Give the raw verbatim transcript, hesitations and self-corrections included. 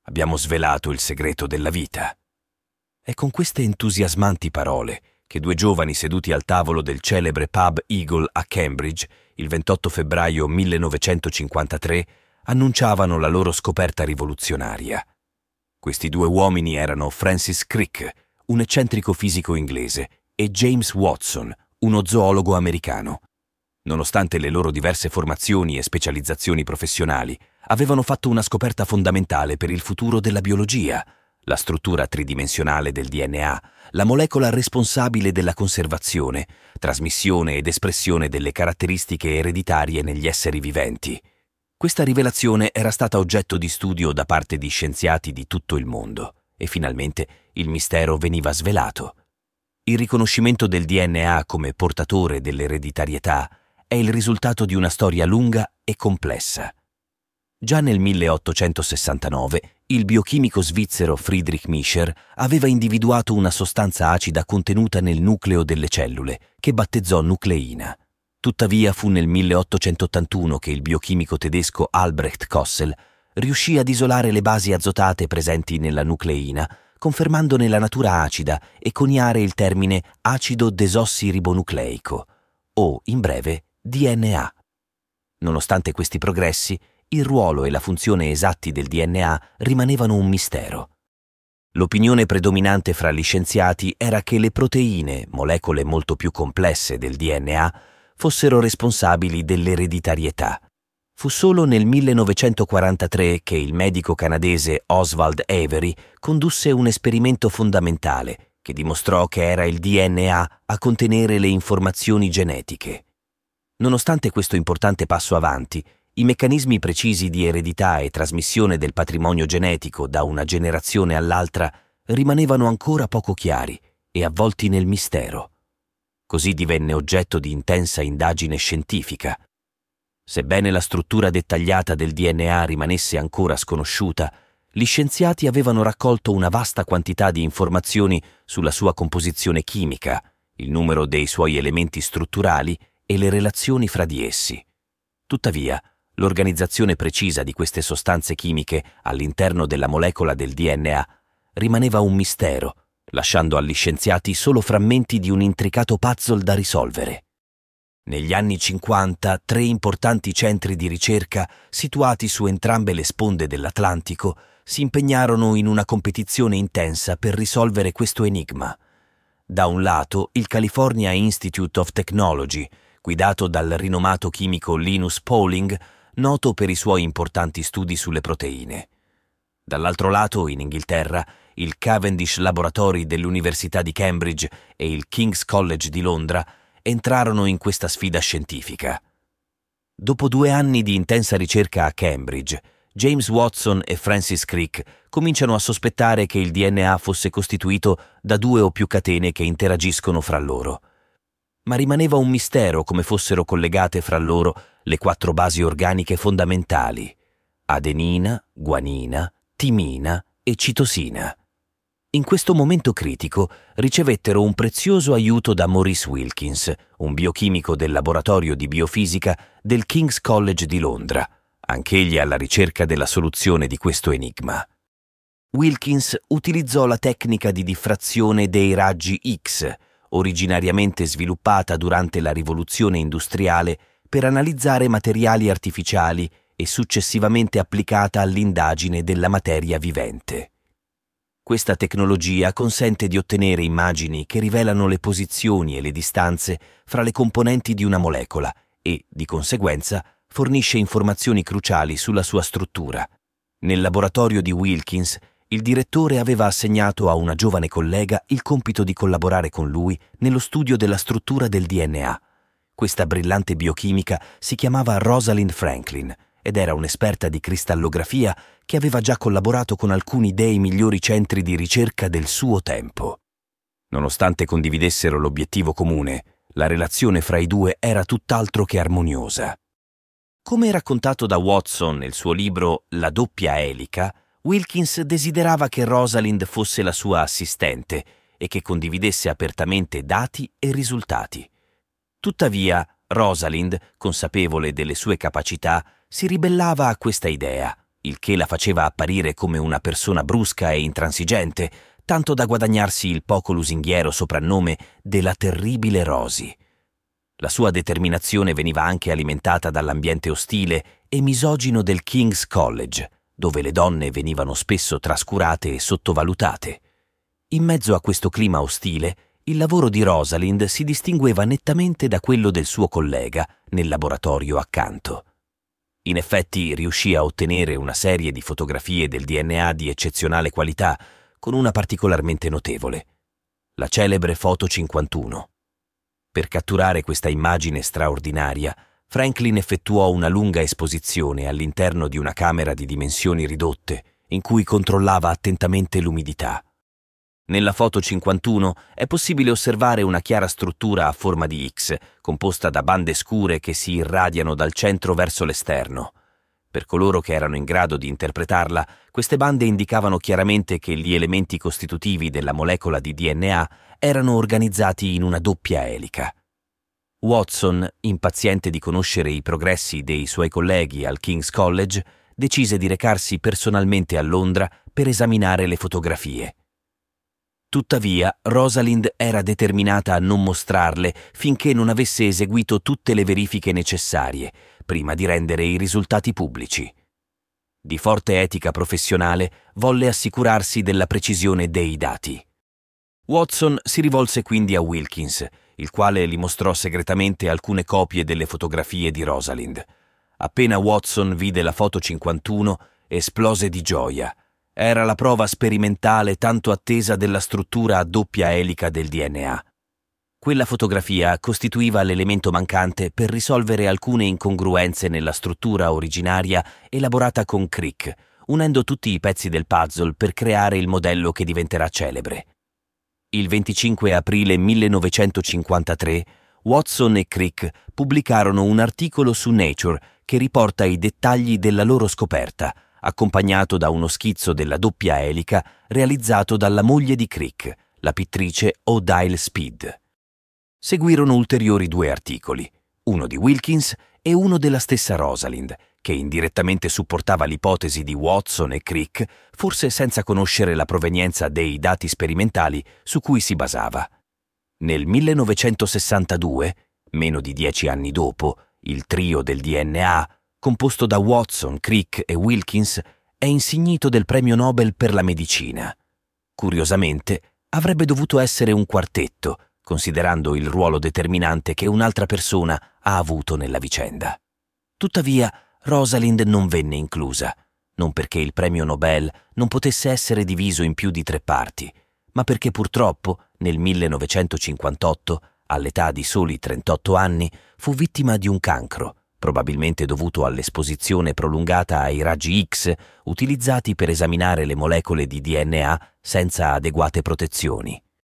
Abbiamo svelato il segreto della vita». È con queste entusiasmanti parole che due giovani seduti al tavolo del celebre pub Eagle a Cambridge, il ventotto febbraio millenovecentocinquantatré, annunciavano la loro scoperta rivoluzionaria. Questi due uomini erano Francis Crick, un eccentrico fisico inglese, e James Watson, uno zoologo americano. Nonostante le loro diverse formazioni e specializzazioni professionali, avevano fatto una scoperta fondamentale per il futuro della biologia: la struttura tridimensionale del D N A, la molecola responsabile della conservazione, trasmissione ed espressione delle caratteristiche ereditarie negli esseri viventi. Questa rivelazione era stata oggetto di studio da parte di scienziati di tutto il mondo e finalmente il mistero veniva svelato. Il riconoscimento del D N A come portatore dell'ereditarietà è il risultato di una storia lunga e complessa. Già nel milleottocentosessantanove il biochimico svizzero Friedrich Miescher aveva individuato una sostanza acida contenuta nel nucleo delle cellule, che battezzò nucleina. Tuttavia fu nel milleottocentottantuno che il biochimico tedesco Albrecht Kossel riuscì ad isolare le basi azotate presenti nella nucleina, confermandone la natura acida e coniare il termine acido desossiribonucleico, o, in breve, D N A. Nonostante questi progressi, il ruolo e la funzione esatti del D N A rimanevano un mistero. L'opinione predominante fra gli scienziati era che le proteine, molecole molto più complesse del D N A, fossero responsabili dell'ereditarietà. Fu solo nel millenovecentoquarantatré che il medico canadese Oswald Avery condusse un esperimento fondamentale che dimostrò che era il D N A a contenere le informazioni genetiche. Nonostante questo importante passo avanti, i meccanismi precisi di eredità e trasmissione del patrimonio genetico da una generazione all'altra rimanevano ancora poco chiari e avvolti nel mistero. Così divenne oggetto di intensa indagine scientifica. Sebbene la struttura dettagliata del D N A rimanesse ancora sconosciuta, gli scienziati avevano raccolto una vasta quantità di informazioni sulla sua composizione chimica, il numero dei suoi elementi strutturali e le relazioni fra di essi. Tuttavia, l'organizzazione precisa di queste sostanze chimiche all'interno della molecola del D N A rimaneva un mistero, lasciando agli scienziati solo frammenti di un intricato puzzle da risolvere. Negli anni cinquanta, tre importanti centri di ricerca, situati su entrambe le sponde dell'Atlantico, si impegnarono in una competizione intensa per risolvere questo enigma. Da un lato, il California Institute of Technology, guidato dal rinomato chimico Linus Pauling, noto per i suoi importanti studi sulle proteine. Dall'altro lato, in Inghilterra, il Cavendish Laboratory dell'Università di Cambridge e il King's College di Londra entrarono in questa sfida scientifica. Dopo due anni di intensa ricerca a Cambridge, James Watson e Francis Crick cominciano a sospettare che il D N A fosse costituito da due o più catene che interagiscono fra loro. Ma rimaneva un mistero come fossero collegate fra loro le quattro basi organiche fondamentali: adenina, guanina, timina e citosina. In questo momento critico ricevettero un prezioso aiuto da Maurice Wilkins, un biochimico del laboratorio di biofisica del King's College di Londra, anch'egli alla ricerca della soluzione di questo enigma. Wilkins utilizzò la tecnica di diffrazione dei raggi X, originariamente sviluppata durante la rivoluzione industriale, per analizzare materiali artificiali e successivamente applicata all'indagine della materia vivente. Questa tecnologia consente di ottenere immagini che rivelano le posizioni e le distanze fra le componenti di una molecola e, di conseguenza, fornisce informazioni cruciali sulla sua struttura. Nel laboratorio di Wilkins, il direttore aveva assegnato a una giovane collega il compito di collaborare con lui nello studio della struttura del D N A. Questa brillante biochimica si chiamava Rosalind Franklin ed era un'esperta di cristallografia che aveva già collaborato con alcuni dei migliori centri di ricerca del suo tempo. Nonostante condividessero l'obiettivo comune, la relazione fra i due era tutt'altro che armoniosa. Come raccontato da Watson nel suo libro La doppia elica, Wilkins desiderava che Rosalind fosse la sua assistente e che condividesse apertamente dati e risultati. Tuttavia, Rosalind, consapevole delle sue capacità, si ribellava a questa idea, il che la faceva apparire come una persona brusca e intransigente, tanto da guadagnarsi il poco lusinghiero soprannome della terribile Rosie. La sua determinazione veniva anche alimentata dall'ambiente ostile e misogino del King's College, dove le donne venivano spesso trascurate e sottovalutate. In mezzo a questo clima ostile, il lavoro di Rosalind si distingueva nettamente da quello del suo collega nel laboratorio accanto. In effetti riuscì a ottenere una serie di fotografie del D N A di eccezionale qualità, con una particolarmente notevole: la celebre foto cinquantuno. Per catturare questa immagine straordinaria, Franklin effettuò una lunga esposizione all'interno di una camera di dimensioni ridotte, in cui controllava attentamente l'umidità. Nella foto cinquantuno è possibile osservare una chiara struttura a forma di X, composta da bande scure che si irradiano dal centro verso l'esterno. Per coloro che erano in grado di interpretarla, queste bande indicavano chiaramente che gli elementi costitutivi della molecola di D N A erano organizzati in una doppia elica. Watson, impaziente di conoscere i progressi dei suoi colleghi al King's College, decise di recarsi personalmente a Londra per esaminare le fotografie. Tuttavia, Rosalind era determinata a non mostrarle finché non avesse eseguito tutte le verifiche necessarie, prima di rendere i risultati pubblici. Di forte etica professionale, volle assicurarsi della precisione dei dati. Watson si rivolse quindi a Wilkins, il quale gli mostrò segretamente alcune copie delle fotografie di Rosalind. Appena Watson vide la foto cinquantuno, esplose di gioia. Era la prova sperimentale tanto attesa della struttura a doppia elica del D N A. Quella fotografia costituiva l'elemento mancante per risolvere alcune incongruenze nella struttura originaria elaborata con Crick, unendo tutti i pezzi del puzzle per creare il modello che diventerà celebre. Il venticinque aprile millenovecentocinquantatré, Watson e Crick pubblicarono un articolo su Nature che riporta i dettagli della loro scoperta, accompagnato da uno schizzo della doppia elica realizzato dalla moglie di Crick, la pittrice Odile Speed. Seguirono ulteriori due articoli, uno di Wilkins e uno della stessa Rosalind, che indirettamente supportava l'ipotesi di Watson e Crick, forse senza conoscere la provenienza dei dati sperimentali su cui si basava. Nel millenovecentosessantadue, meno di dieci anni dopo, il trio del D N A, composto da Watson, Crick e Wilkins, è insignito del premio Nobel per la medicina. Curiosamente, avrebbe dovuto essere un quartetto, considerando il ruolo determinante che un'altra persona ha avuto nella vicenda. Tuttavia, Rosalind non venne inclusa, non perché il premio Nobel non potesse essere diviso in più di tre parti, ma perché purtroppo, nel millenovecentocinquantotto, all'età di soli trentotto anni, fu vittima di un cancro, probabilmente dovuto all'esposizione prolungata ai raggi X utilizzati per esaminare le molecole di D N A senza adeguate protezioni.